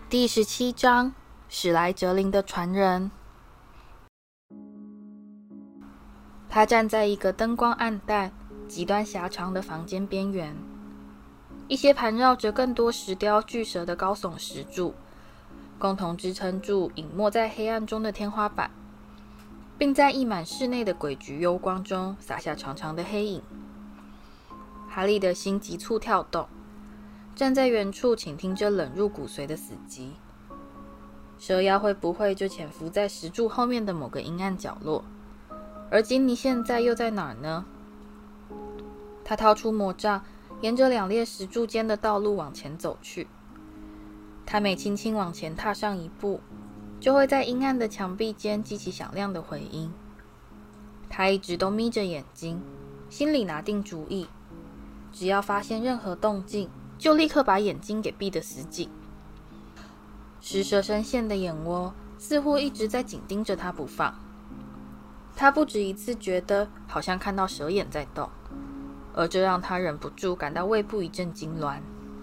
第17章史莱哲林的传人。他站在一个灯光暗淡、极端狭长的房间边缘，一些盘绕着更多石雕巨蛇的高耸石柱，共同支撑住隐没在黑暗中的天花板，并在溢满室内的诡谲幽光中洒下长长的黑影。哈利的心急促跳动，站在远处倾听着冷入骨髓的死寂。蛇妖会不会就潜伏在石柱后面的某个阴暗角落？而金妮现在又在哪儿呢？他掏出魔杖，沿着2列石柱间的道路往前走去。他每轻轻往前踏上一步，就会在阴暗的墙壁间激起响亮的回音。他一直都眯着眼睛，心里拿定主意，只要发现任何动静，就立刻把眼睛给闭得死紧。石蛇深陷的眼窝似乎一直在紧盯着他不放。他不止一次觉得好像看到蛇眼在动，而这让他忍不住感到胃部一阵痉挛。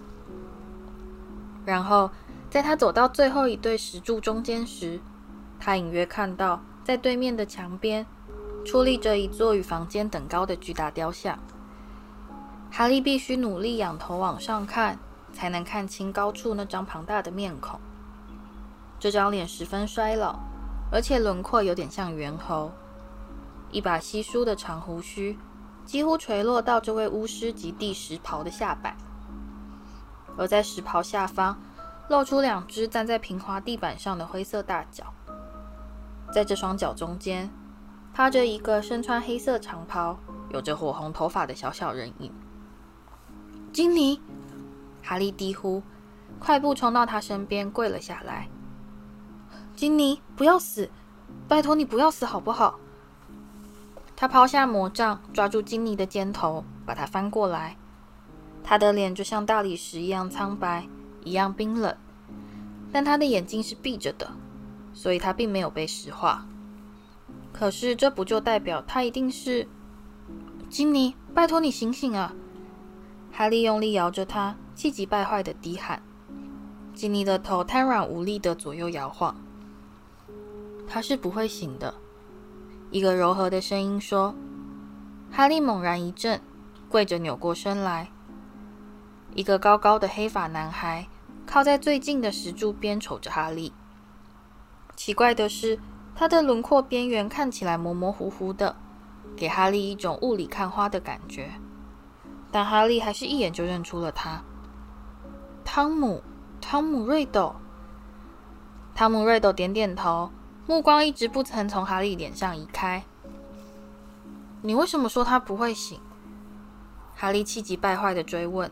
然后在他走到最后一对石柱中间时，他隐约看到在对面的墙边矗立着一座与房间等高的巨大雕像。哈利必须努力仰头往上看，才能看清高处那张庞大的面孔。这张脸十分衰老，而且轮廓有点像猿猴，一把稀疏的长胡须几乎垂落到这位巫师及第10袍的下摆，而在10袍下方露出2只站在平滑地板上的灰色大脚。在这双脚中间趴着一个身穿黑色长袍、有着火红头发的小小人影。金妮！哈利低呼，快步冲到他身边，跪了下来。金妮，不要死！拜托你不要死好不好？他抛下魔杖，抓住金妮的肩头，把她翻过来。她的脸就像大理石一样苍白，一样冰冷，但她的眼睛是闭着的，所以她并没有被石化。可是这不就代表她一定是……金妮，拜托你醒醒啊！哈利用力摇着她，气急败坏地低喊。金妮的头瘫软无力地左右摇晃。她是不会醒的，一个柔和的声音说。哈利猛然一震，跪着扭过身来。一个高高的黑发男孩靠在最近的石柱边瞅着哈利。奇怪的是，他的轮廓边缘看起来模模糊糊的，给哈利一种雾里看花的感觉。但哈利还是一眼就认出了他。汤姆·瑞斗。汤姆·瑞斗点点头，目光一直不曾从哈利脸上移开。你为什么说他不会醒？哈利气急败坏地追问。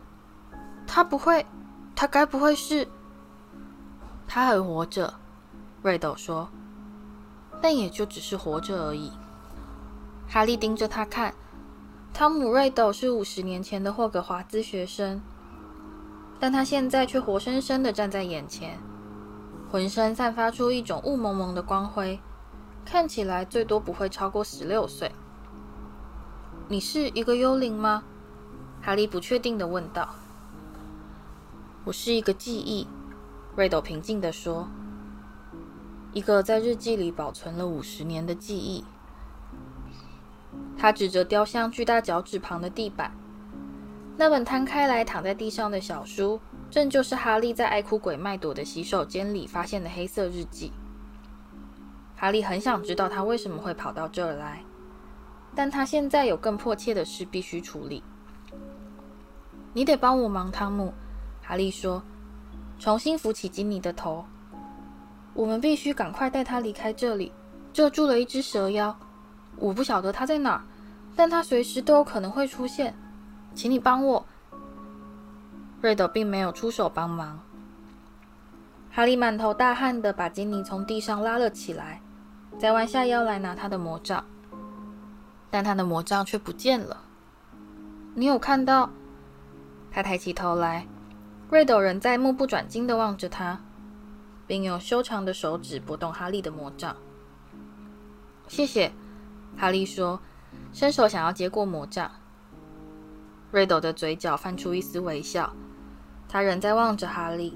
他该不会是……他还活着，瑞斗说，但也就只是活着而已。哈利盯着他看。汤姆·瑞斗是50年前的霍格华兹学生，但他现在却活生生地站在眼前，浑身散发出一种雾蒙蒙的光辉，看起来最多不会超过16岁。你是一个幽灵吗？哈利不确定地问道。我是一个记忆，瑞斗平静地说，一个在日记里保存了50年的记忆。他指着雕像巨大脚趾旁的地板，那本摊开来躺在地上的小书，正就是哈利在爱哭鬼麦朵的洗手间里发现的黑色日记。哈利很想知道他为什么会跑到这儿来，但他现在有更迫切的事必须处理。你得帮我忙，汤姆，哈利说，重新扶起金妮的头。我们必须赶快带他离开这里，这住了一只蛇妖，我不晓得他在哪儿，但他随时都有可能会出现，请你帮我。瑞斗并没有出手帮忙。哈利满头大汗地把金妮从地上拉了起来，再弯下腰来拿他的魔杖，但他的魔杖却不见了。你有看到？他抬起头来，瑞斗仍在目不转睛地望着他，并用修长的手指拨动哈利的魔杖。谢谢，哈利说，伸手想要接过魔杖。瑞斗的嘴角泛出一丝微笑，他仍在望着哈利，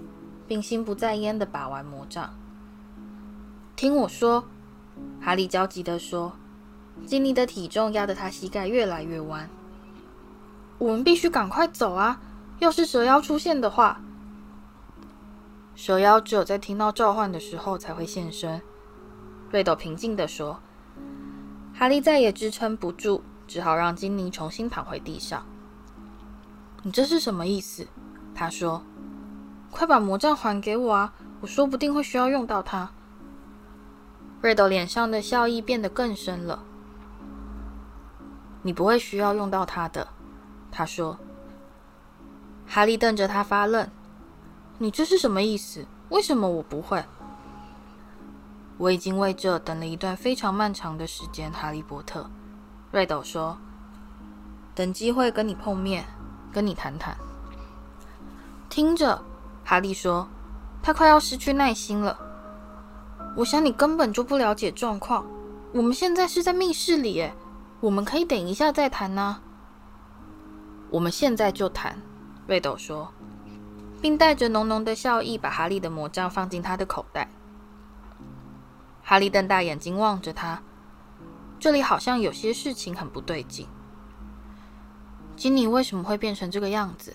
并心不在焉地把玩魔杖。听我说，哈利焦急地说，金妮的体重压得他膝盖越来越弯。我们必须赶快走啊！要是蛇妖出现的话。蛇妖只有在听到召唤的时候才会现身，瑞斗平静地说。哈利再也支撑不住，只好让金妮重新躺回地上。你这是什么意思？他说。快把魔杖还给我啊！我说不定会需要用到它。瑞斗脸上的笑意变得更深了。你不会需要用到它的，他说。哈利瞪着他发愣。你这是什么意思？为什么我不会？我已经为这等了一段非常漫长的时间，哈利波特。瑞斗说。等机会跟你碰面，跟你谈谈。听着，哈利说，他快要失去耐心了。我想你根本就不了解状况。我们现在是在密室里耶，我们可以等一下再谈啊。我们现在就谈，瑞斗说，并带着浓浓的笑意把哈利的魔杖放进他的口袋。哈利瞪大眼睛望着他，这里好像有些事情很不对劲。金妮为什么会变成这个样子？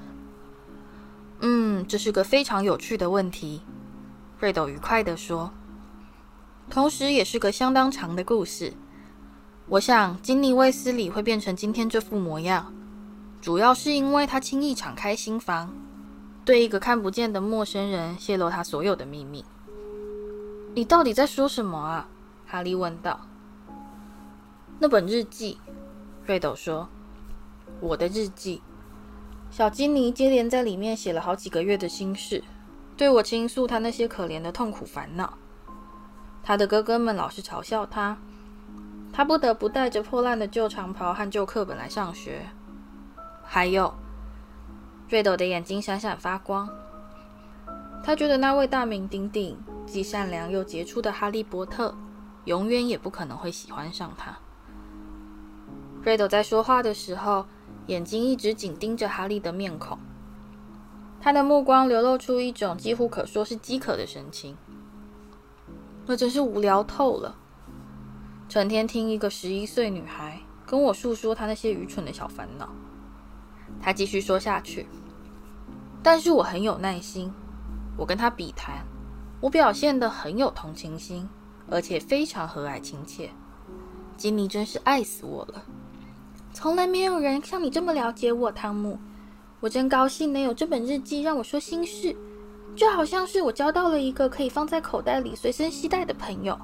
这是个非常有趣的问题，瑞斗愉快地说，同时也是个相当长的故事。我想金妮卫斯理会变成今天这副模样，主要是因为他轻易敞开心房，对一个看不见的陌生人泄露他所有的秘密。你到底在说什么啊？哈利问道。那本日记，瑞斗说，我的日记。小金妮接连在里面写了好几个月的心事，对我倾诉她那些可怜的痛苦烦恼。她的哥哥们老是嘲笑她，她不得不带着破烂的旧长袍和旧课本来上学。还有，瑞斗的眼睛闪闪发光，他觉得那位大名鼎鼎、既善良又杰出的哈利波特永远也不可能会喜欢上他。瑞斗在说话的时候，眼睛一直紧盯着哈利的面孔，他的目光流露出一种几乎可说是饥渴的神情。我真是无聊透了，成天听一个11岁女孩跟我诉说她那些愚蠢的小烦恼。他继续说下去，但是我很有耐心，我跟他比谈，我表现得很有同情心，而且非常和蔼亲切。金妮真是爱死我了，从来没有人像你这么了解我，汤姆。我真高兴能有这本日记让我说心事，就好像是我交到了一个可以放在口袋里随身携带的朋友。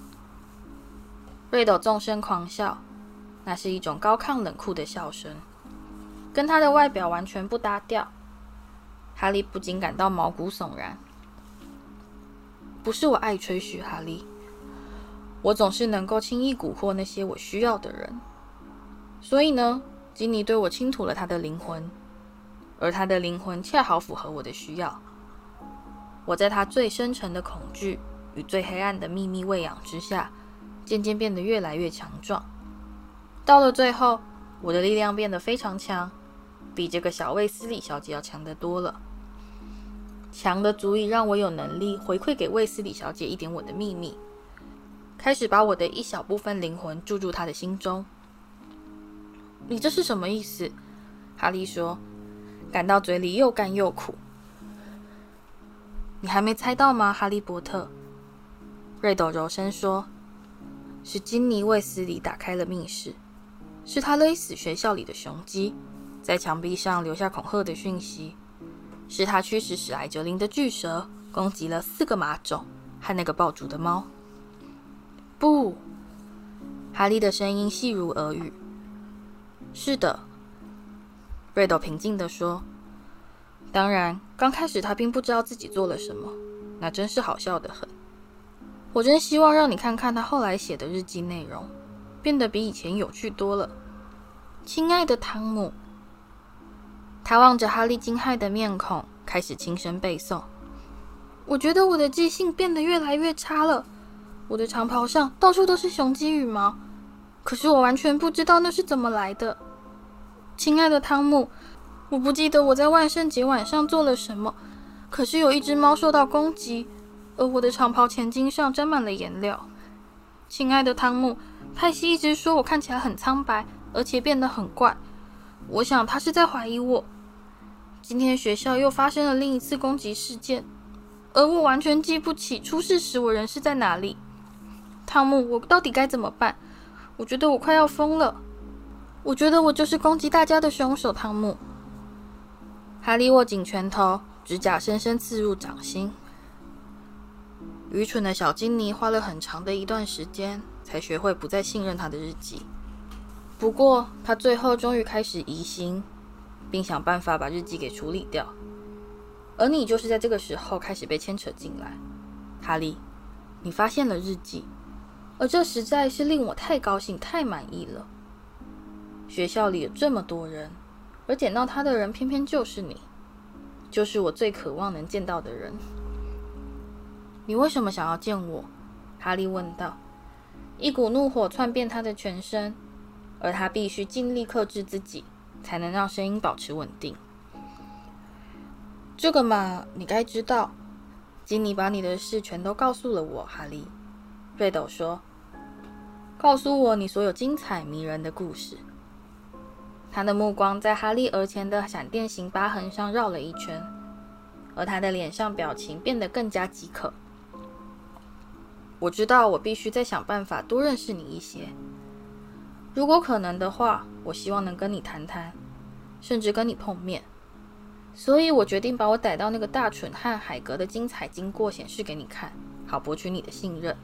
瑞斗纵声狂笑，那是一种高亢冷酷的笑声，跟他的外表完全不搭调。哈利不禁感到毛骨悚然。不是我爱吹嘘，哈利，我总是能够轻易蛊惑那些我需要的人。所以呢，金妮对我倾吐了他的灵魂，而他的灵魂恰好符合我的需要。我在他最深沉的恐惧与最黑暗的秘密喂养之下，渐渐变得越来越强壮。到了最后，我的力量变得非常强，比这个小卫斯理小姐要强得多了，强得足以让我有能力回馈给卫斯理小姐一点我的秘密，开始把我的一小部分灵魂注入她的心中。你这是什么意思？哈利说，感到嘴里又干又苦。你还没猜到吗，哈利波特？瑞斗柔声说，是金妮卫斯理打开了密室，是他勒死学校里的雄鸡，在墙壁上留下恐吓的讯息，是他驱使史莱哲林的巨蛇攻击了4个马种和那个爆竹的猫。不，哈利的声音细如耳语。是的，瑞斗平静地说。当然，刚开始他并不知道自己做了什么，那真是好笑得很。我真希望让你看看他后来写的日记内容，变得比以前有趣多了。亲爱的汤姆，他望着哈利惊骇的面孔，开始轻声背诵。我觉得我的记性变得越来越差了，我的长袍上到处都是雄鸡羽毛，可是我完全不知道那是怎么来的。亲爱的汤姆，我不记得我在万圣节晚上做了什么， 可是有一只猫受到攻击，而我的长袍前襟上沾满了颜料。亲爱的汤姆，派西一直说我看起来很苍白，而且变得很怪。我想他是在怀疑我。今天学校又发生了另一次攻击事件，而我完全记不起出事时我人是在哪里。汤姆，我到底该怎么办？我觉得我快要疯了。我觉得我就是攻击大家的凶手，汤姆。哈利握紧拳头，指甲深深刺入掌心。愚蠢的小金尼花了很长的一段时间，才学会不再信任他的日记。不过，他最后终于开始疑心，并想办法把日记给处理掉。而你就是在这个时候开始被牵扯进来。哈利，你发现了日记，而这实在是令我太高兴、太满意了。学校里有这么多人，而捡到他的人偏偏就是你，就是我最渴望能见到的人。你为什么想要见我？哈利问道。一股怒火窜遍他的全身，而他必须尽力克制自己，才能让声音保持稳定。这个嘛，你该知道。金妮把你的事全都告诉了我，哈利。瑞斗说，告诉我你所有精彩迷人的故事。他的目光在哈利额前的闪电形疤痕上绕了一圈，而他的脸上表情变得更加饥渴。我知道我必须再想办法多认识你一些。如果可能的话，我希望能跟你谈谈，甚至跟你碰面。所以我决定把我逮到那个大蠢汉海格的精彩经过显示给你看，好博取你的信任。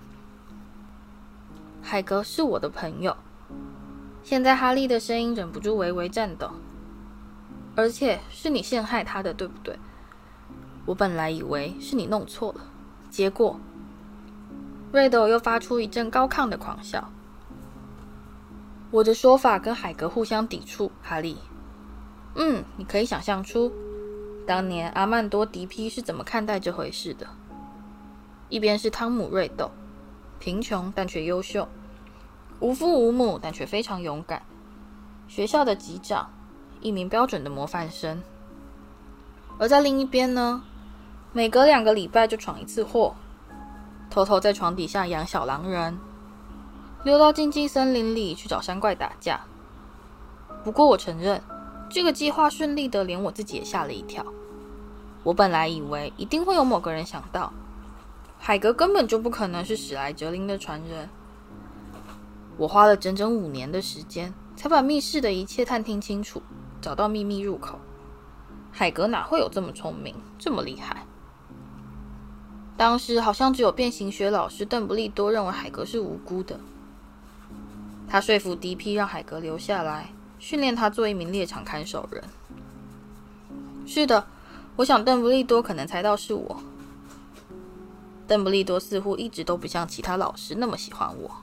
海格是我的朋友。现在哈利的声音忍不住微微颤抖。而且是你陷害他的，对不对？我本来以为是你弄错了，结果……瑞斗又发出一阵高亢的狂笑。我的说法跟海格互相抵触，哈利。你可以想象出当年阿曼多·迪批是怎么看待这回事的。一边是汤姆·瑞斗，贫穷但却优秀，无父无母但却非常勇敢，学校的级长，一名标准的模范生。而在另一边呢，每隔2个礼拜就闯一次祸，偷偷在床底下养小狼人，溜到禁忌森林里去找山怪打架。不过我承认，这个计划顺利的连我自己也吓了一跳。我本来以为一定会有某个人想到，海格根本就不可能是史莱哲林的传人。我花了整整5年的时间，才把密室的一切探听清楚，找到秘密入口。海格哪会有这么聪明，这么厉害？当时好像只有变形学老师邓布利多认为海格是无辜的。他说服迪批让海格留下来，训练他做一名猎场看守人。是的，我想邓布利多可能猜到是我。邓布利多似乎一直都不像其他老师那么喜欢我。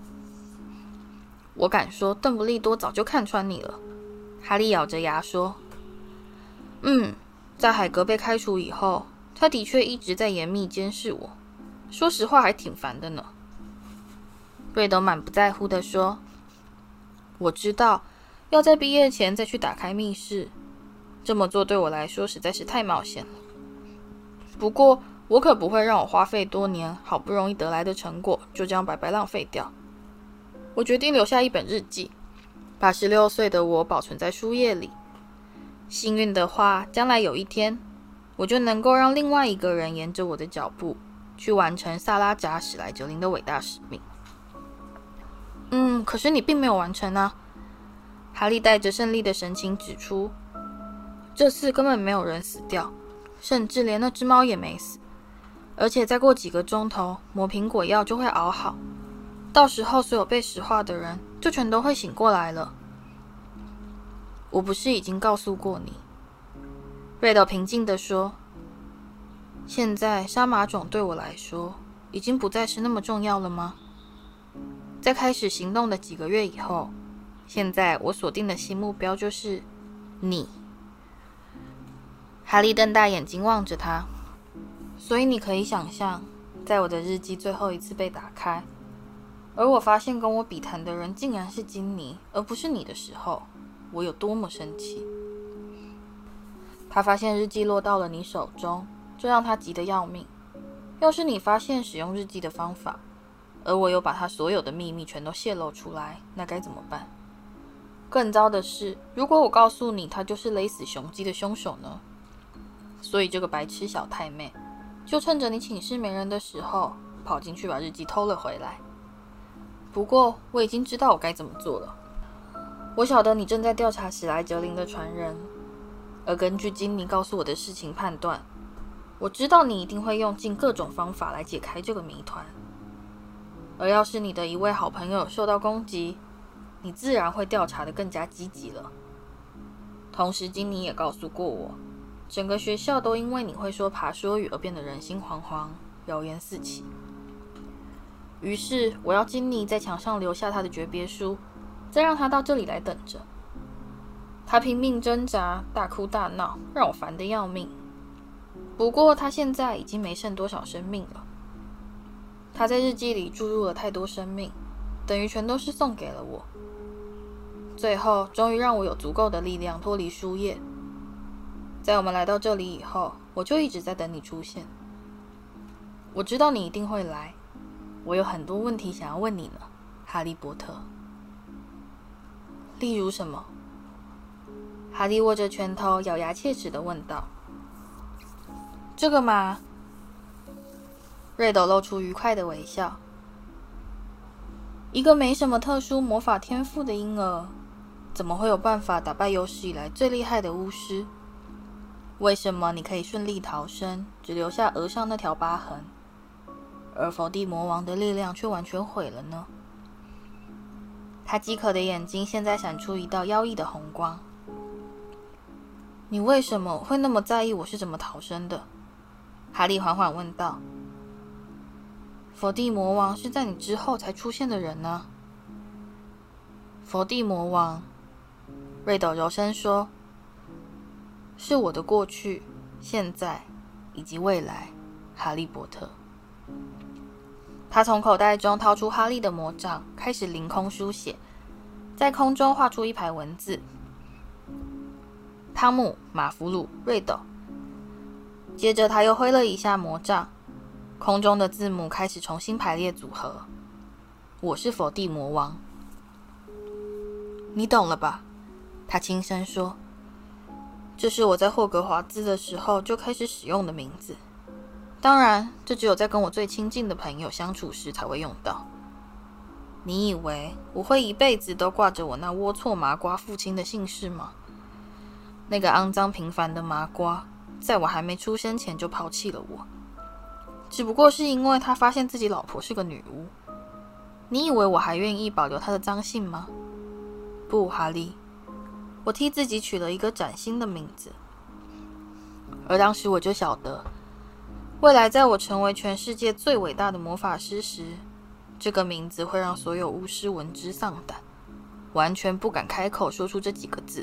我敢说，邓布利多早就看穿你了。哈利咬着牙说。在海格被开除以后，他的确一直在严密监视我，说实话还挺烦的呢。瑞斗满不在乎地说，我知道要在毕业前再去打开密室，这么做对我来说实在是太冒险了。不过我可不会让我花费多年好不容易得来的成果就这样白白浪费掉。我决定留下一本日记，把16岁的我保存在书页里。幸运的话，将来有一天，我就能够让另外一个人沿着我的脚步，去完成萨拉扎·史莱哲林的伟大使命。可是你并没有完成啊。哈利带着胜利的神情指出，这次根本没有人死掉，甚至连那只猫也没死。而且再过几个钟头，魔苹果药就会熬好，到时候所有被石化的人就全都会醒过来了。我不是已经告诉过你？瑞斗平静地说，现在杀马种对我来说已经不再是那么重要了吗？在开始行动的几个月以后，现在我锁定的新目标就是你。哈利瞪大眼睛望着他。所以你可以想象，在我的日记最后一次被打开，而我发现跟我笔谈的人竟然是金妮，而不是你的时候，我有多么生气。他发现日记落到了你手中， 这让他急得要命。要是你发现使用日记的方法，而我又把他所有的秘密全都泄露出来，那该怎么办？更糟的是，如果我告诉你他就是勒死雄鸡的凶手呢？所以这个白痴小太妹就趁着你寝室没人的时候，跑进去把日记偷了回来。不过我已经知道我该怎么做了。我晓得你正在调查史莱哲林的传人，而根据金妮告诉我的事情判断，我知道你一定会用尽各种方法来解开这个谜团。而要是你的一位好朋友受到攻击，你自然会调查得更加积极了。同时，金妮也告诉过我，整个学校都因为你会说爬说语而变得人心惶惶，谣言四起。于是，我要金妮在墙上留下她的诀别书，再让她到这里来等着。她拼命挣扎，大哭大闹，让我烦得要命。不过，她现在已经没剩多少生命了。她在日记里注入了太多生命，等于全都是送给了我。最后，终于让我有足够的力量脱离书页。在我们来到这里以后，我就一直在等你出现。我知道你一定会来，我有很多问题想要问你呢，哈利波特。例如什么？哈利握着拳头，咬牙切齿地问道。这个嘛，瑞斗露出愉快的微笑。一个没什么特殊魔法天赋的婴儿，怎么会有办法打败有史以来最厉害的巫师？为什么你可以顺利逃生，只留下额上那条疤痕，而伏地魔王的力量却完全毁了呢？他饥渴的眼睛现在闪出一道妖异的红光。你为什么会那么在意我是怎么逃生的？哈利缓缓问道。伏地魔王是在你之后才出现的人呢。伏地魔王，瑞斗柔声说，是我的过去、现在以及未来，哈利波特。他从口袋中掏出哈利的魔杖，开始凌空书写，在空中画出一排文字：汤姆、马弗鲁、瑞斗。接着他又挥了一下魔杖，空中的字母开始重新排列组合。我是伏地魔王。你懂了吧？他轻声说。这是我在霍格华兹的时候就开始使用的名字。当然，这只有在跟我最亲近的朋友相处时才会用到。你以为我会一辈子都挂着我那龌龊麻瓜父亲的姓氏吗？那个肮脏平凡的麻瓜，在我还没出生前就抛弃了我，只不过是因为他发现自己老婆是个女巫。你以为我还愿意保留他的脏姓吗？不，哈利，我替自己取了一个崭新的名字。而当时我就晓得，未来在我成为全世界最伟大的魔法师时，这个名字会让所有巫师闻之丧胆，完全不敢开口说出这几个字。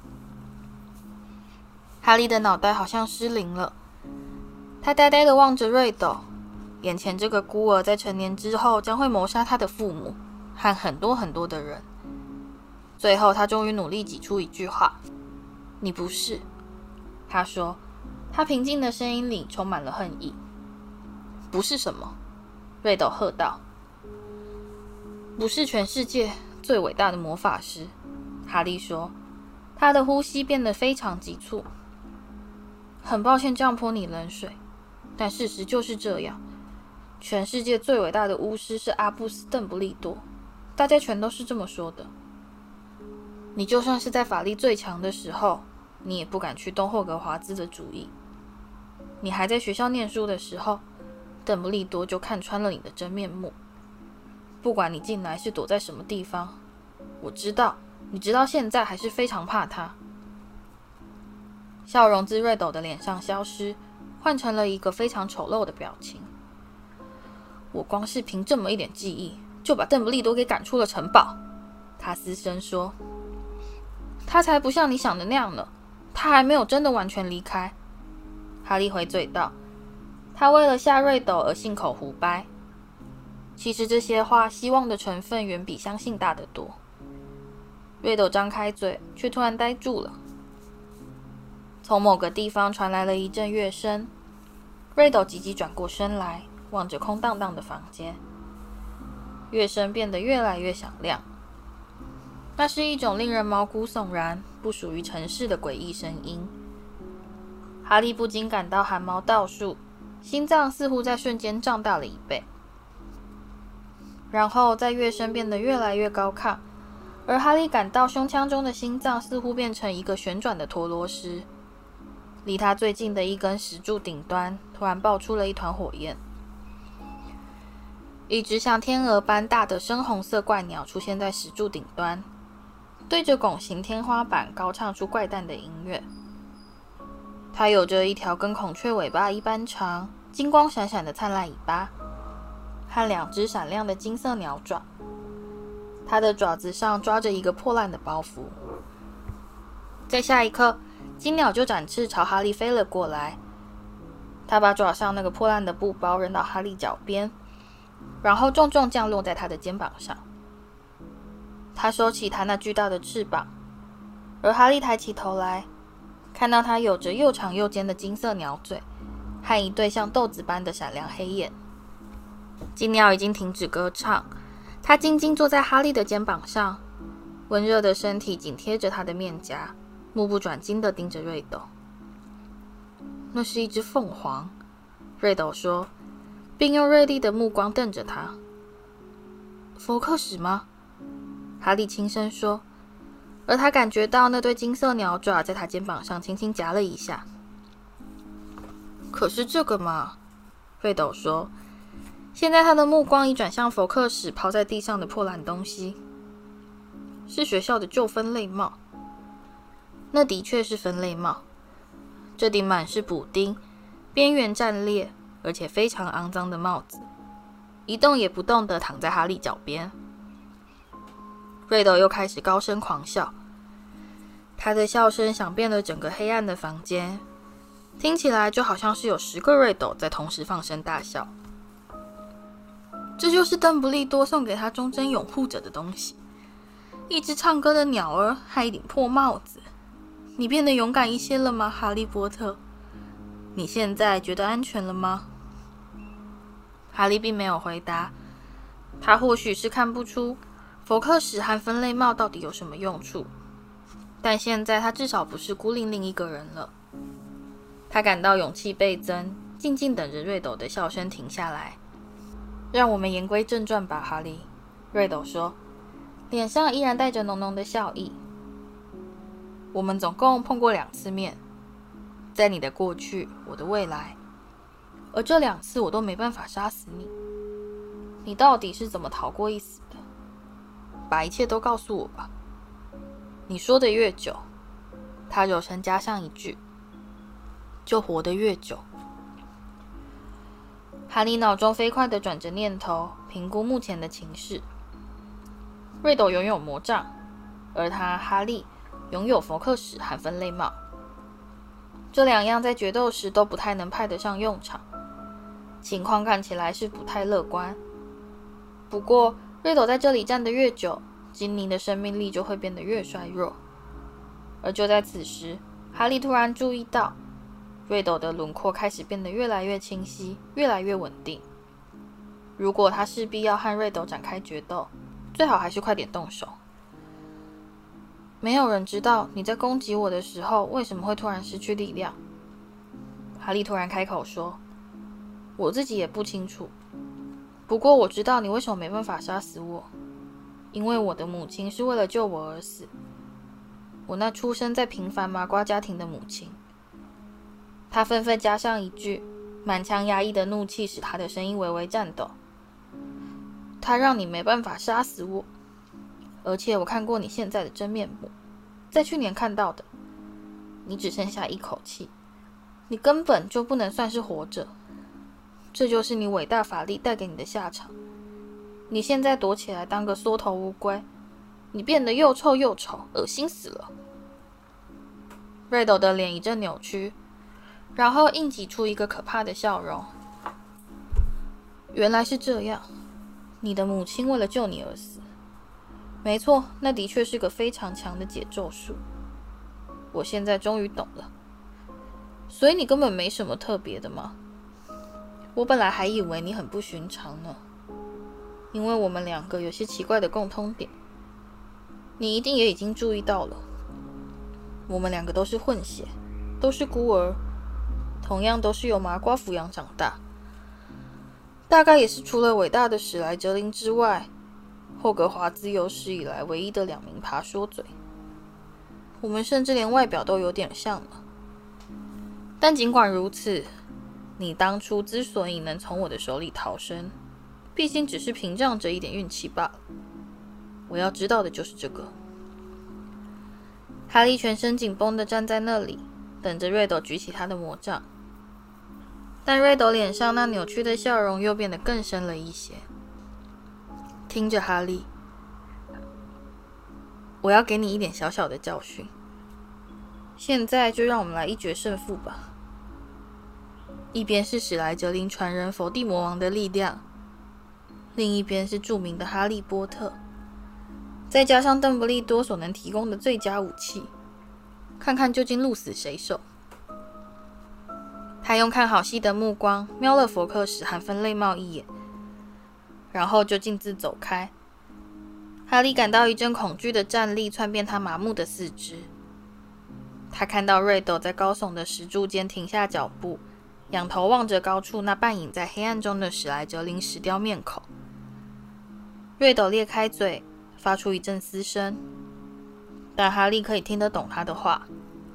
哈利的脑袋好像失灵了，他呆呆地望着瑞斗，眼前这个孤儿在成年之后将会谋杀他的父母和很多很多的人。最后他终于努力挤出一句话：你不是。他说，他平静的声音里充满了恨意。不是什么？瑞斗喝道。不是全世界最伟大的魔法师，哈利说，他的呼吸变得非常急促。很抱歉这样泼你冷水，但事实就是这样。全世界最伟大的巫师是阿布斯·邓布利多，大家全都是这么说的。你就算是在法力最强的时候，你也不敢去动霍格华兹的主意。你还在学校念书的时候，邓布利多就看穿了你的真面目。不管你进来是躲在什么地方，我知道你直到现在还是非常怕他。笑容自瑞斗的脸上消失，换成了一个非常丑陋的表情。我光是凭这么一点记忆，就把邓布利多给赶出了城堡，他嘶声说。他才不像你想的那样呢，他还没有真的完全离开。哈利回嘴道，他为了吓瑞斗而信口胡掰。其实这些话希望的成分远比相信大得多。瑞斗张开嘴，却突然呆住了。从某个地方传来了一阵乐声， 瑞斗急急转过身来，望着空荡荡的房间，乐声变得越来越响亮。那是一种令人毛骨悚然、不属于城市的诡异声音。哈利不禁感到汗毛倒竖，心脏似乎在瞬间胀大了1倍。然后，在乐声变得越来越高亢，而哈利感到胸腔中的心脏似乎变成一个旋转的陀螺时，离他最近的一根石柱顶端突然爆出了一团火焰。一只像天鹅般大的深红色怪鸟出现在石柱顶端，对着拱形天花板高唱出怪诞的音乐。它有着一条跟孔雀尾巴一般长、金光闪闪的灿烂尾巴，和2只闪亮的金色鸟爪。它的爪子上抓着一个破烂的包袱。在下一刻，金鸟就展翅朝哈利飞了过来。它把爪上那个破烂的布包扔到哈利脚边，然后重重降落在他的肩膀上。他收起他那巨大的翅膀，而哈利抬起头来，看到他有着又长又尖的金色鸟嘴和一对像豆子般的闪亮黑眼。金鸟已经停止歌唱，它静静坐在哈利的肩膀上，温热的身体紧贴着他的面颊，目不转睛地盯着瑞斗。那是一只凤凰，瑞斗说，并用锐利的目光瞪着他。佛克史吗？哈利轻声说，而他感觉到那对金色鸟爪在他肩膀上轻轻夹了一下。可是这个嘛，瑞斗说，现在他的目光已转向佛克史抛在地上的破烂东西。是学校的旧分类帽。那的确是分类帽，这顶满是补丁、边缘战裂而且非常肮脏的帽子，一动也不动地躺在哈利脚边。瑞斗又开始高声狂笑，他的笑声响遍了整个黑暗的房间，听起来就好像是有10个瑞斗在同时放声大笑。这就是邓布利多送给他忠贞拥护者的东西，一只唱歌的鸟儿和一顶破帽子。你变得勇敢一些了吗，哈利波特？你现在觉得安全了吗？哈利并没有回答，他或许是看不出佛克史和分类帽到底有什么用处，但现在他至少不是孤零零一个人了。他感到勇气倍增，静静等着瑞斗的笑声停下来。让我们言归正传吧，哈利，瑞斗说，脸上依然带着浓浓的笑意。我们总共碰过2次面，在你的过去，我的未来，而这2次我都没办法杀死你。你到底是怎么逃过一死的？把一切都告诉我吧。你说的越久，他柔声加上一句，就活得越久。哈利脑中飞快地转着念头，评估目前的情势。瑞斗拥有魔杖，而他哈利拥有佛克史和分类帽，这2样在决斗时都不太能派得上用场，情况看起来是不太乐观。不过瑞斗在这里站得越久，精灵的生命力就会变得越衰弱。而就在此时，哈利突然注意到瑞斗的轮廓开始变得越来越清晰，越来越稳定。如果他势必要和瑞斗展开决斗，最好还是快点动手。没有人知道你在攻击我的时候为什么会突然失去力量。哈利突然开口说，我自己也不清楚，不过我知道你为什么没办法杀死我，因为我的母亲是为了救我而死，我那出生在平凡麻瓜家庭的母亲。他纷纷加上一句，满腔压抑的怒气使他的声音微微颤抖。他让你没办法杀死我，而且我看过你现在的真面目，在去年看到的。你只剩下一口气，你根本就不能算是活着。这就是你伟大法力带给你的下场。你现在躲起来当个缩头乌龟，你变得又臭又丑，恶心死了。瑞斗的脸一阵扭曲，然后硬挤出一个可怕的笑容。原来是这样，你的母亲为了救你而死。没错，那的确是个非常强的解咒术。我现在终于懂了。所以你根本没什么特别的吗？ 我本来还以为你很不寻常呢，因为我们两个有些奇怪的共通点，你一定也已经注意到了。我们两个都是混血，都是孤儿，同样都是由麻瓜抚养长大，大概也是除了伟大的史莱哲林之外，霍格华兹有史以来唯一的2名爬说嘴。我们甚至连外表都有点像了。但尽管如此，你当初之所以能从我的手里逃生，毕竟只是凭仗着一点运气罢了。我要知道的就是这个。哈利全身紧绷地站在那里，等着瑞斗举起他的魔杖。但瑞斗脸上那扭曲的笑容又变得更深了一些。听着，哈利，我要给你一点小小的教训。现在就让我们来一决胜负吧。一边是史莱哲林传人伏地魔王的力量，另一边是著名的哈利波特，再加上邓布利多所能提供的最佳武器，看看究竟鹿死谁手。他用看好戏的目光瞄了佛克史和分类帽一眼，然后就径自走开。哈利感到一阵恐惧的战栗窜遍他麻木的四肢。他看到瑞斗在高耸的石柱间停下脚步，仰头望着高处那半隐在黑暗中的史莱哲林石雕面孔。瑞斗裂开嘴，发出一阵嘶声，但哈利可以听得懂他的话。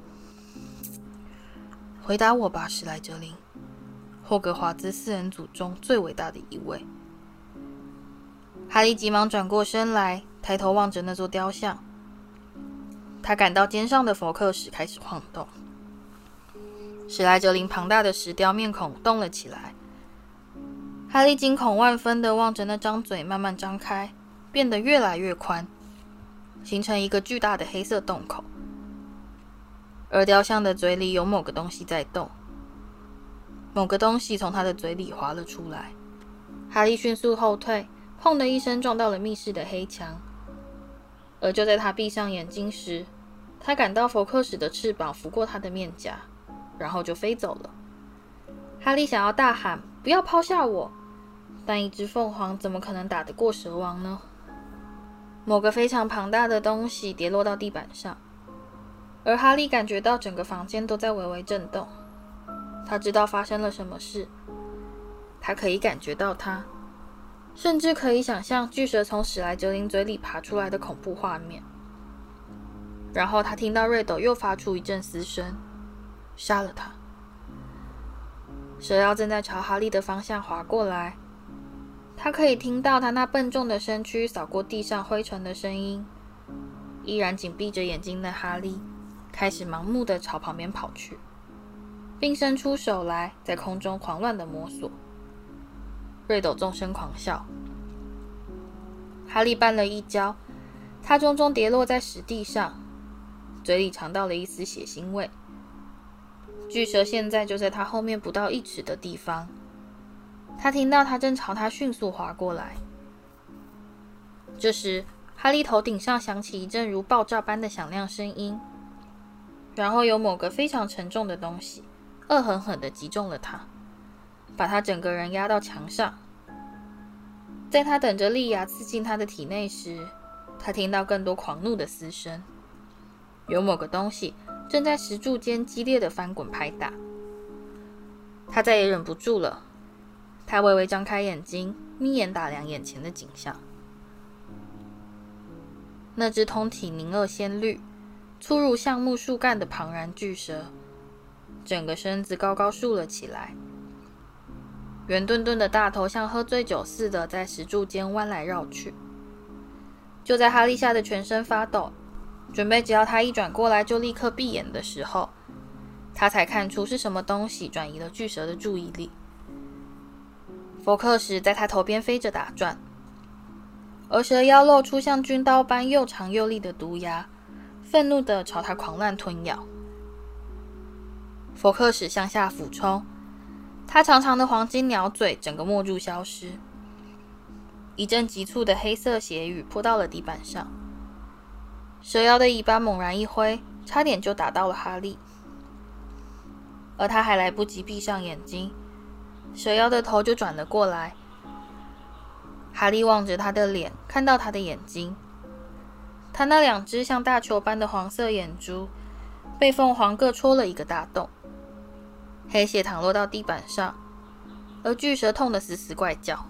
回答我吧，史莱哲林，霍格华兹4人组中最伟大的一位。哈利急忙转过身来，抬头望着那座雕像。他感到肩上的佛克史开始晃动，史莱哲林庞大的石雕面孔动了起来。哈利惊恐万分地望着那张嘴慢慢张开，变得越来越宽，形成一个巨大的黑色洞口。而雕像的嘴里有某个东西在动，某个东西从他的嘴里滑了出来。哈利迅速后退，砰的一声撞到了密室的黑墙。而就在他闭上眼睛时，他感到佛克史的翅膀拂过他的面颊，然后就飞走了。哈利想要大喊不要抛下我，但一只凤凰怎么可能打得过蛇王呢？某个非常庞大的东西跌落到地板上，而哈利感觉到整个房间都在微微震动。他知道发生了什么事，他可以感觉到它，甚至可以想象巨蛇从史莱哲林嘴里爬出来的恐怖画面。然后他听到瑞斗又发出一阵嘶声，杀了他。蛇妖正在朝哈利的方向滑过来，他可以听到他那笨重的身躯扫过地上灰尘的声音。依然紧闭着眼睛的哈利开始盲目地朝旁边跑去，并伸出手来在空中狂乱地摸索。瑞斗纵声狂笑，哈利绊了一跤，他重重跌落在石地上，嘴里尝到了一丝血腥味。巨蛇现在就在他后面不到1尺的地方，他听到他正朝他迅速滑过来。这时哈利头顶上响起一阵如爆炸般的响亮声音，然后有某个非常沉重的东西恶狠狠地击中了他，把他整个人压到墙上。在他等着利牙刺进他的体内时，他听到更多狂怒的嘶声，有某个东西正在石柱间激烈的翻滚拍打。他再也忍不住了，他微微张开眼睛，眯眼打量眼前的景象。那只通体凝恶鲜绿、粗如橡木树干的庞然巨蛇，整个身子高高竖了起来，圆墩墩的大头像喝醉酒似的在石柱间弯来绕去。就在哈利吓得全身发抖，准备只要他一转过来就立刻闭眼的时候，他才看出是什么东西转移了巨蛇的注意力。佛克史在他头边飞着打转，而蛇妖露出像军刀般又长又利的毒牙，愤怒地朝他狂乱吞咬。佛克史向下俯冲，他长长的黄金鸟嘴整个没入消失。一阵急促的黑色血雨泼到了地板上，蛇妖的尾巴猛然一挥，差点就打到了哈利。而他还来不及闭上眼睛， 蛇妖的头就转了过来。哈利望着他的脸，看到他的眼睛，他那2只像大球般的黄色眼珠被凤凰各戳了一个大洞，黑血淌落到地板上，而巨蛇痛得死死怪叫。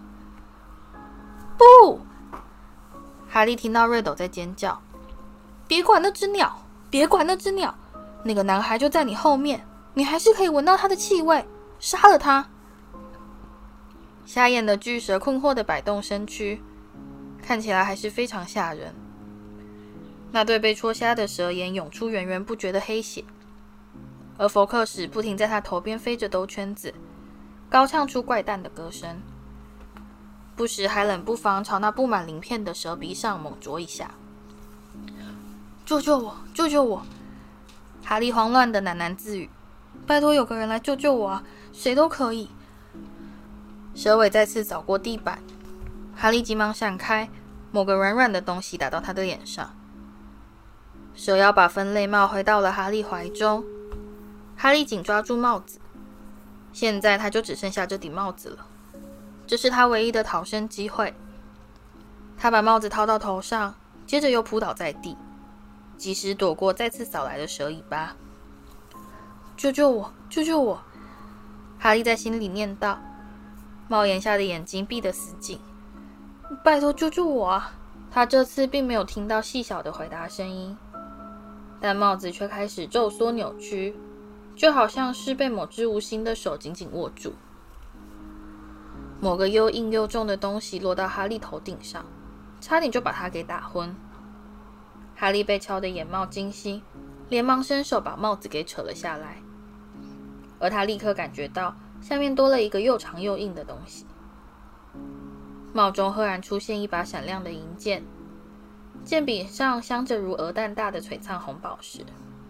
不！哈利听到瑞斗在尖叫，别管那只鸟，别管那只鸟，那个男孩就在你后面，你还是可以闻到他的气味，杀了他。瞎眼的巨蛇困惑地摆动身躯，看起来还是非常吓人。那对被戳瞎的蛇眼涌出源源不绝的黑血，而佛克史不停在他头边飞着兜圈子，高唱出怪诞的歌声，不时还冷不防朝那布满鳞片的蛇鼻上猛啄一下。救救我！救救我！哈利慌乱地喃喃自语：拜托有个人来救救我啊，谁都可以。蛇尾再次扫过地板，哈利急忙闪开，某个软软的东西打到他的脸上。蛇妖把分类帽挥到了哈利怀中，哈利紧抓住帽子，现在他就只剩下这顶帽子了，这是他唯一的逃生机会。他把帽子套到头上，接着又扑倒在地，及时躲过再次扫来的蛇尾巴。救救我！救救我！哈利在心里念道，帽檐下的眼睛闭得死紧。拜托救救我啊！他这次并没有听到细小的回答声音，但帽子却开始皱缩扭曲，就好像是被某只无形的手紧紧握住。某个又硬又重的东西落到哈利头顶上，差点就把他给打昏。哈利被敲得眼冒金星，连忙伸手把帽子给扯了下来，而他立刻感觉到下面多了一个又长又硬的东西。帽中赫然出现一把闪亮的银剑，剑柄上镶着如鹅蛋大的璀璨红宝石。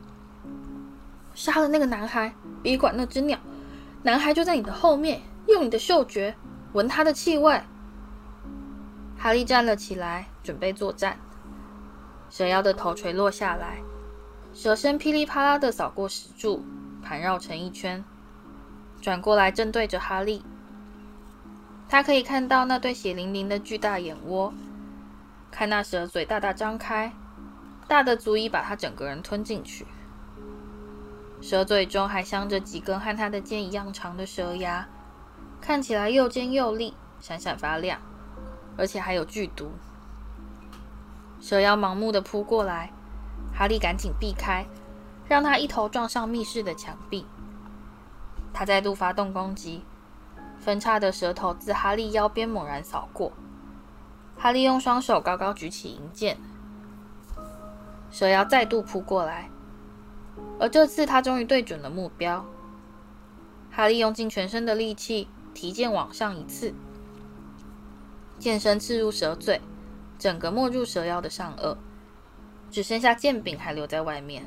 杀了那个男孩，别管那只鸟，男孩就在你的后面，用你的嗅觉闻他的气味。哈利站了起来，准备作战。蛇妖的头垂落下来，蛇身噼里啪啦地扫过石柱，盘绕成一圈，转过来正对着哈利。他可以看到那对血淋淋的巨大眼窝，看那蛇嘴大大张开，大的足以把他整个人吞进去。蛇嘴中还镶着几根和他的剑一样长的蛇牙，看起来又尖又利，闪闪发亮，而且还有剧毒。蛇妖盲目地扑过来，哈利赶紧避开，让他一头撞上密室的墙壁。他再度发动攻击，分叉的舌头自哈利腰边猛然扫过，哈利用双手高高举起银剑，蛇妖再度扑过来，而这次他终于对准了目标。哈利用尽全身的力气提剑往上一刺，剑身刺入蛇嘴，整个没入蛇妖的上颚，只剩下剑柄还留在外面。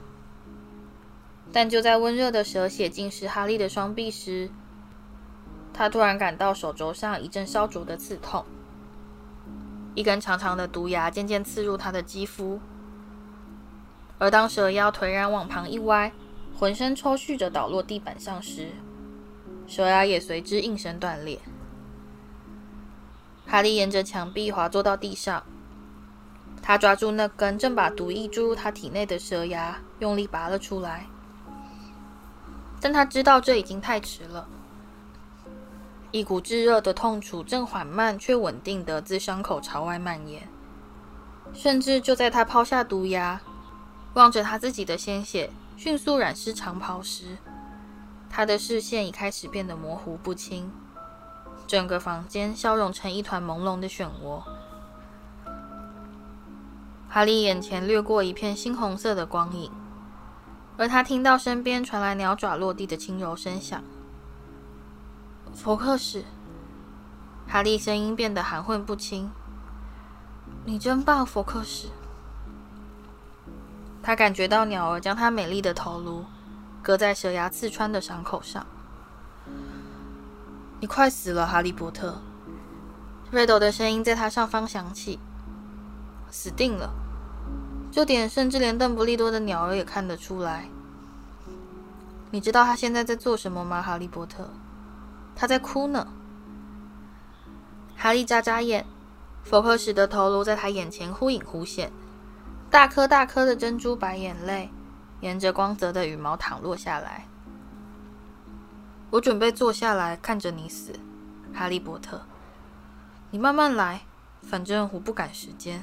但就在温热的蛇血浸湿哈利的双臂时，他突然感到手肘上一阵烧灼的刺痛，一根长长的毒牙渐渐刺入他的肌肤。而当蛇妖颓然往旁一歪，浑身抽搐着倒落地板上时，蛇牙也随之应声断裂。哈利沿着墙壁滑坐到地上，他抓住那根正把毒液注入他体内的蛇牙，用力拔了出来。但他知道这已经太迟了，一股炙热的痛楚正缓慢却稳定地自伤口朝外蔓延，甚至就在他抛下毒牙，望着他自己的鲜血迅速染湿长袍时，他的视线已开始变得模糊不清，整个房间消融成一团朦胧的漩涡。哈利眼前掠过一片猩红色的光影，而他听到身边传来鸟爪落地的轻柔声响。佛克史，哈利声音变得含混不清。你真棒，佛克史。他感觉到鸟儿将他美丽的头颅搁在蛇牙刺穿的伤口上。你快死了，哈利波特。瑞斗的声音在他上方响起。死定了，这点甚至连邓布利多的鸟儿也看得出来。你知道他现在在做什么吗，哈利波特？ 他在哭呢。哈利眨眨眼，佛克史的头颅在他眼前忽隐忽现，大颗大颗的珍珠白眼泪沿着光泽的羽毛淌落下来。我准备坐下来看着你死，哈利波特。你慢慢来，反正我不赶时间。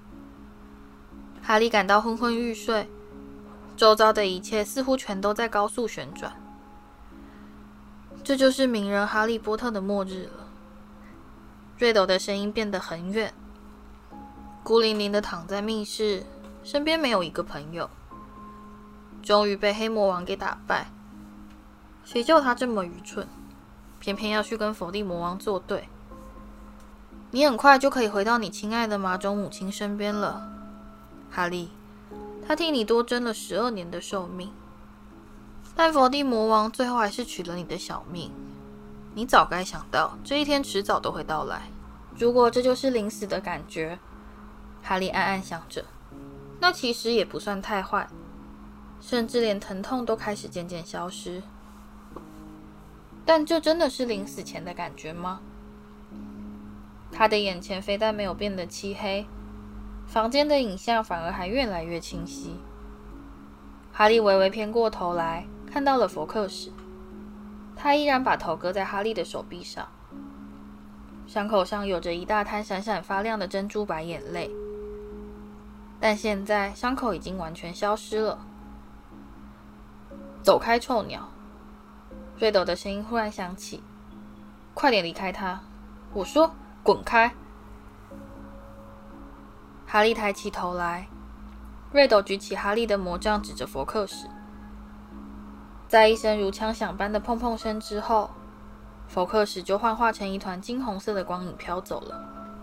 哈利感到昏昏欲睡，周遭的一切似乎全都在高速旋转。这就是名人哈利波特的末日了。瑞斗的声音变得很远，孤零零的躺在密室，身边没有一个朋友。终于被黑魔王给打败，谁叫他这么愚蠢，偏偏要去跟伏地魔王作对。你很快就可以回到你亲爱的麻种母亲身边了，哈利。他替你多争了12年的寿命，但伏地魔王最后还是取了你的小命。你早该想到，这一天迟早都会到来。如果这就是临死的感觉，哈利暗暗想着，那其实也不算太坏，甚至连疼痛都开始渐渐消失。但这真的是临死前的感觉吗？他的眼前非但没有变得漆黑，房间的影像反而还越来越清晰。哈利微微偏过头来，看到了佛克史，他依然把头搁在哈利的手臂上，伤口上有着一大滩闪闪发亮的珍珠白眼泪，但现在伤口已经完全消失了。走开，臭鸟！瑞斗的声音忽然响起，快点离开他！我说，滚开！哈利抬起头来，瑞斗举起哈利的魔杖，指着佛克史。在一声如枪响般的砰砰声之后，佛克史就幻化成一团金红色的光影飘走了。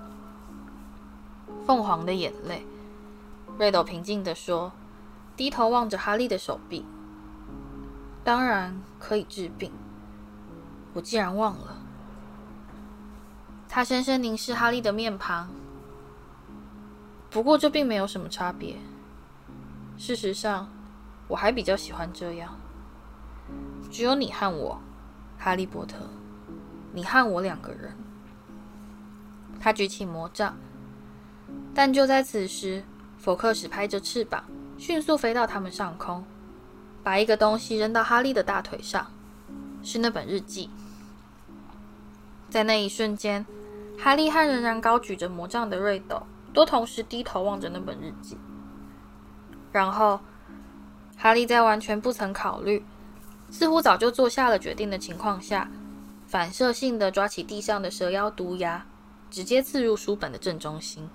凤凰的眼泪，瑞斗平静地说，低头望着哈利的手臂。当然可以治病，我竟然忘了。他深深凝视哈利的面庞，不过这并没有什么差别。事实上，我还比较喜欢这样。只有你和我，哈利波特，你和我2个人。他举起魔杖，但就在此时，佛克史拍着翅膀，迅速飞到他们上空，把一个东西扔到哈利的大腿上，是那本日记。在那一瞬间，哈利和仍然高举着魔杖的瑞斗都同时低头望着那本日记。然后，哈利在完全不曾考虑，似乎早就做下了决定的情况下，反射性地抓起地上的蛇妖毒牙，直接刺入书本的正中心。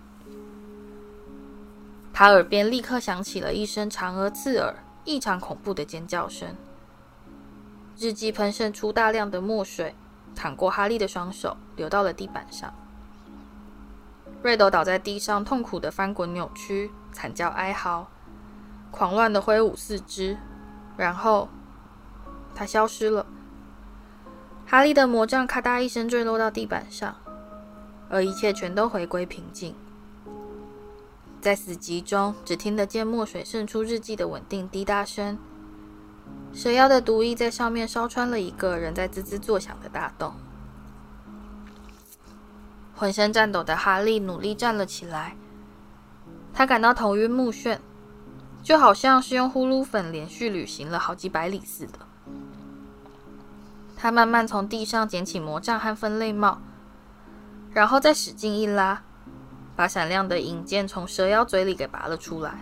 他耳边立刻响起了一声长而刺耳、异常恐怖的尖叫声。日记喷射出大量的墨水，淌过哈利的双手，流到了地板上。瑞斗倒在地上，痛苦的翻滚扭曲，惨叫哀嚎，狂乱的挥舞四肢，然后他消失了。哈利的魔杖咔嗒一声坠落到地板上，而一切全都回归平静。在死寂中，只听得见墨水渗出日记的稳定滴答声。蛇妖的毒液在上面烧穿了一个仍在滋滋作响的大洞。浑身颤抖的哈利努力站了起来，他感到头晕目眩，就好像是用呼噜粉连续旅行了好几百里似的。他慢慢从地上捡起魔杖和分类帽，然后再使劲一拉，把闪亮的引剑从蛇妖嘴里给拔了出来。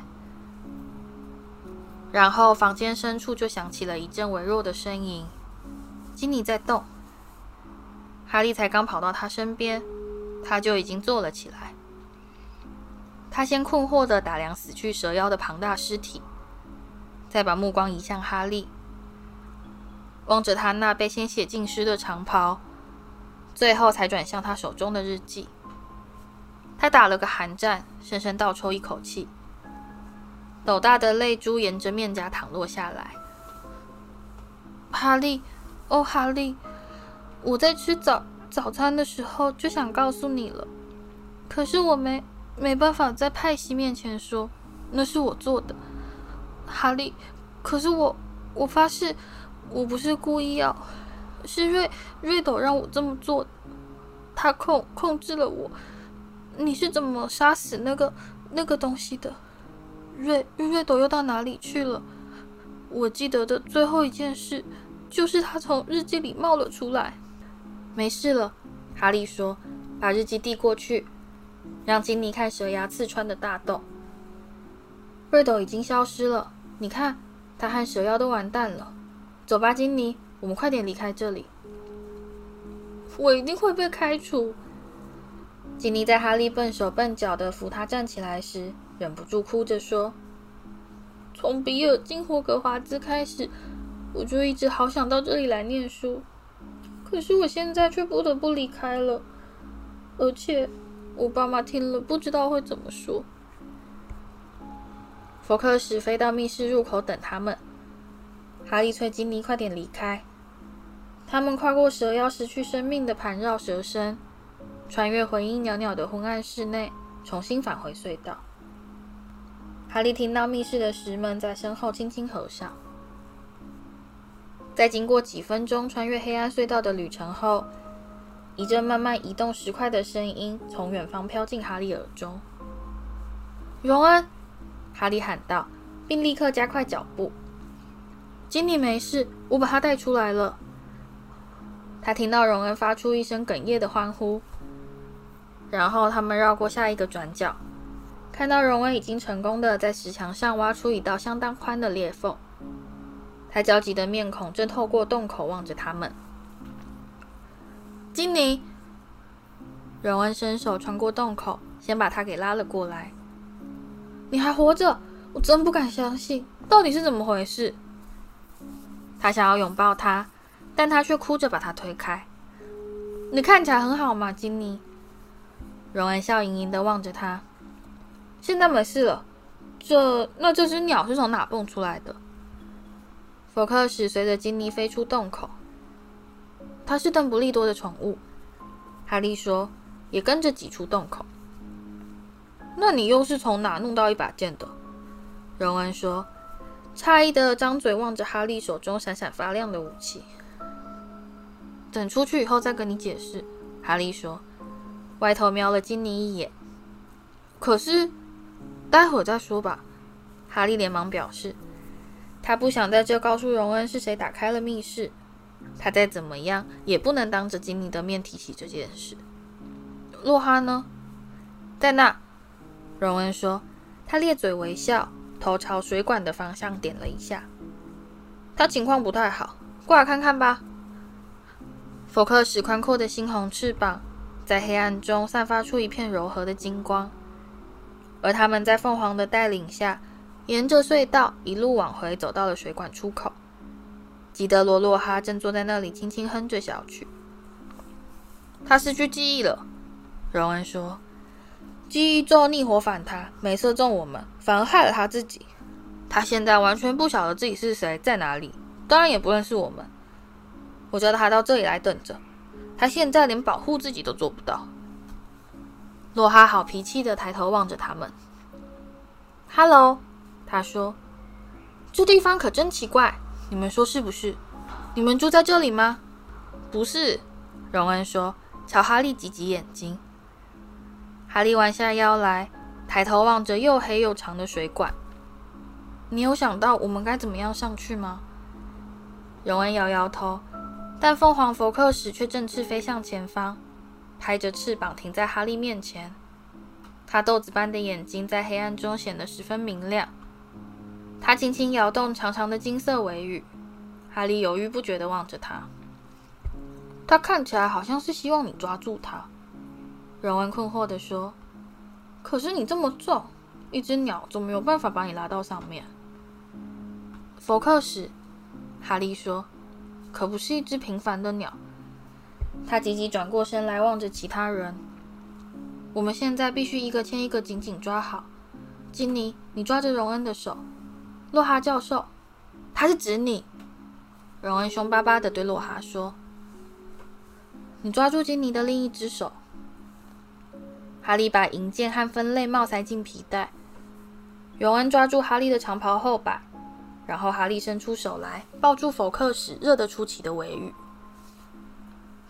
然后房间深处就响起了一阵微弱的声音，基尼在动。哈利才刚跑到他身边，他就已经坐了起来。他先困惑地打量死去蛇妖的庞大尸体，再把目光移向哈利，望着他那被鲜血浸湿的长袍，最后才转向他手中的日记。他打了个寒战，深深倒抽一口气，斗大的泪珠沿着面颊淌落下来。哈利，哦，哈利，我在吃早餐的时候就想告诉你了，可是我没办法在派西面前说那是我做的。哈利，可是我发誓我不是故意要， 是瑞斗让我这么做的，他控制了我。你是怎么杀死那个东西的？瑞斗又到哪里去了？我记得的最后一件事，就是他从日记里冒了出来。没事了，哈利说，把日记递过去，让金妮看蛇牙刺穿的大洞。瑞斗已经消失了，你看，他和蛇妖都完蛋了。走吧，金妮，我们快点离开这里。我一定会被开除。金妮在哈利笨手笨脚的扶他站起来时，忍不住哭着说：“从比尔进霍格华兹开始，我就一直好想到这里来念书，可是我现在却不得不离开了，而且我爸妈听了不知道会怎么说。”福克史飞到密室入口等他们，哈利催金妮快点离开。他们跨过蛇妖失去生命的盘绕蛇身，穿越回音袅袅的昏暗室内，重新返回隧道。哈利听到密室的石门在身后轻轻合上。在经过几分钟穿越黑暗隧道的旅程后，一阵慢慢移动石块的声音从远方飘进哈利耳中。荣恩，哈利喊道，并立刻加快脚步。金妮没事，我把她带出来了。他听到荣恩发出一声哽咽的欢呼，然后他们绕过下一个转角，看到荣恩已经成功的在石墙上挖出一道相当宽的裂缝。他焦急的面孔正透过洞口望着他们。金妮，荣恩伸手穿过洞口，先把他给拉了过来。你还活着？我真不敢相信，到底是怎么回事？他想要拥抱他，但他却哭着把他推开。你看起来很好嘛，金妮。荣恩笑盈盈地望着他。现在没事了。那这只鸟是从哪蹦出来的？福克史随着金妮飞出洞口。它是邓布利多的宠物，哈利说，也跟着挤出洞口。那你又是从哪弄到一把剑的？荣恩说，诧异的张嘴望着哈利手中闪闪发亮的武器。等出去以后再跟你解释，哈利说，歪头瞄了金妮一眼。可是待会儿再说吧，哈利连忙表示，他不想在这告诉荣恩是谁打开了密室，他再怎么样也不能当着金妮的面提起这件事。洛哈呢？在那，荣恩说，他咧嘴微笑，头朝水管的方向点了一下。他情况不太好，过来看看吧。福克史宽阔的猩红翅膀在黑暗中散发出一片柔和的金光，而他们在凤凰的带领下，沿着隧道一路往回走到了水管出口。吉德罗洛哈正坐在那里轻轻哼着小曲。他失去记忆了，荣恩说，记忆咒逆火反他，没射中我们，反而害了他自己。他现在完全不晓得自己是谁，在哪里，当然也不认识我们。我叫他到这里来等着，他现在连保护自己都做不到。洛哈好脾气的抬头望着他们。哈喽，他说，这地方可真奇怪，你们说是不是？你们住在这里吗？不是，荣恩说，朝哈利挤挤眼睛。哈利弯下腰来，抬头望着又黑又长的水管。你有想到我们该怎么样上去吗？荣恩摇摇头，但凤凰福克史却振翅飞向前方，拍着翅膀停在哈利面前。他豆子般的眼睛在黑暗中显得十分明亮。他轻轻摇动长长的金色尾羽。哈利犹豫不决地望着他。他看起来好像是希望你抓住他，荣恩困惑地说。可是你这么重，一只鸟总没有办法把你拉到上面。福克史，哈利说，可不是一只平凡的鸟。他急急转过身来望着其他人。我们现在必须一个牵一个紧紧抓好。金妮，你抓着荣恩的手。洛哈教授，他是指你。荣恩凶巴巴地对洛哈说，你抓住金妮的另一只手。哈利把银剑和分类帽塞进皮带。荣恩抓住哈利的长袍后摆，然后哈利伸出手来抱住福克史热得出奇的尾羽。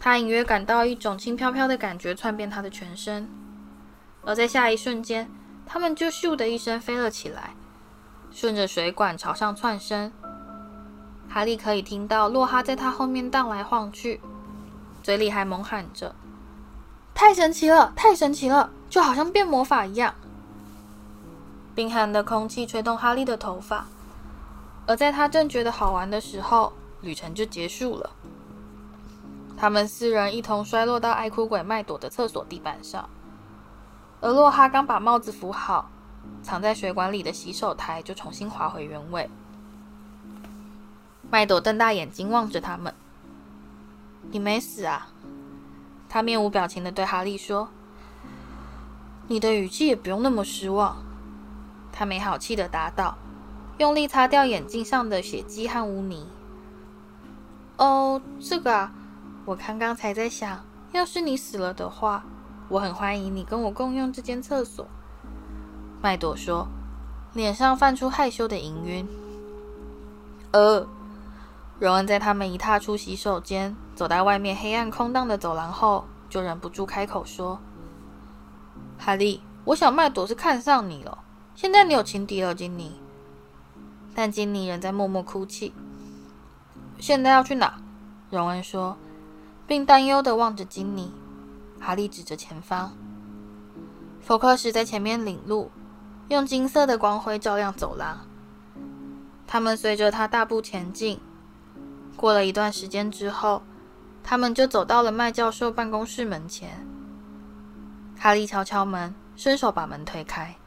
他隐约感到一种轻飘飘的感觉窜遍他的全身，而在下一瞬间，他们就咻的一声飞了起来，顺着水管朝上窜升。哈利可以听到洛哈在他后面荡来晃去，嘴里还猛喊着：“太神奇了，太神奇了，就好像变魔法一样。”冰寒的空气吹动哈利的头发，而在他正觉得好玩的时候，旅程就结束了。他们4人一同摔落到爱哭鬼麦朵的厕所地板上，而洛哈刚把帽子扶好，藏在水管里的洗手台就重新滑回原位。麦朵瞪大眼睛望着他们：“你没死啊？”他面无表情地对哈利说：“你的语气也不用那么失望。”他没好气地答道，用力擦掉眼镜上的血迹和污泥。“哦，这个啊，我刚刚才在想，要是你死了的话，我很欢迎你跟我共用这间厕所。”麦朵说，脸上泛出害羞的银晕。荣恩在他们一踏出洗手间，走到外面黑暗空荡的走廊后，就忍不住开口说：“哈利，我想麦朵是看上你了，现在你有情敌了，金妮。”但金妮仍在默默哭泣。“现在要去哪？”荣恩说，并担忧地望着金妮。哈利指着前方。福克斯在前面领路，用金色的光辉照亮走廊。他们随着他大步前进。过了一段时间之后，他们就走到了麦教授办公室门前。哈利敲敲门，伸手把门推开。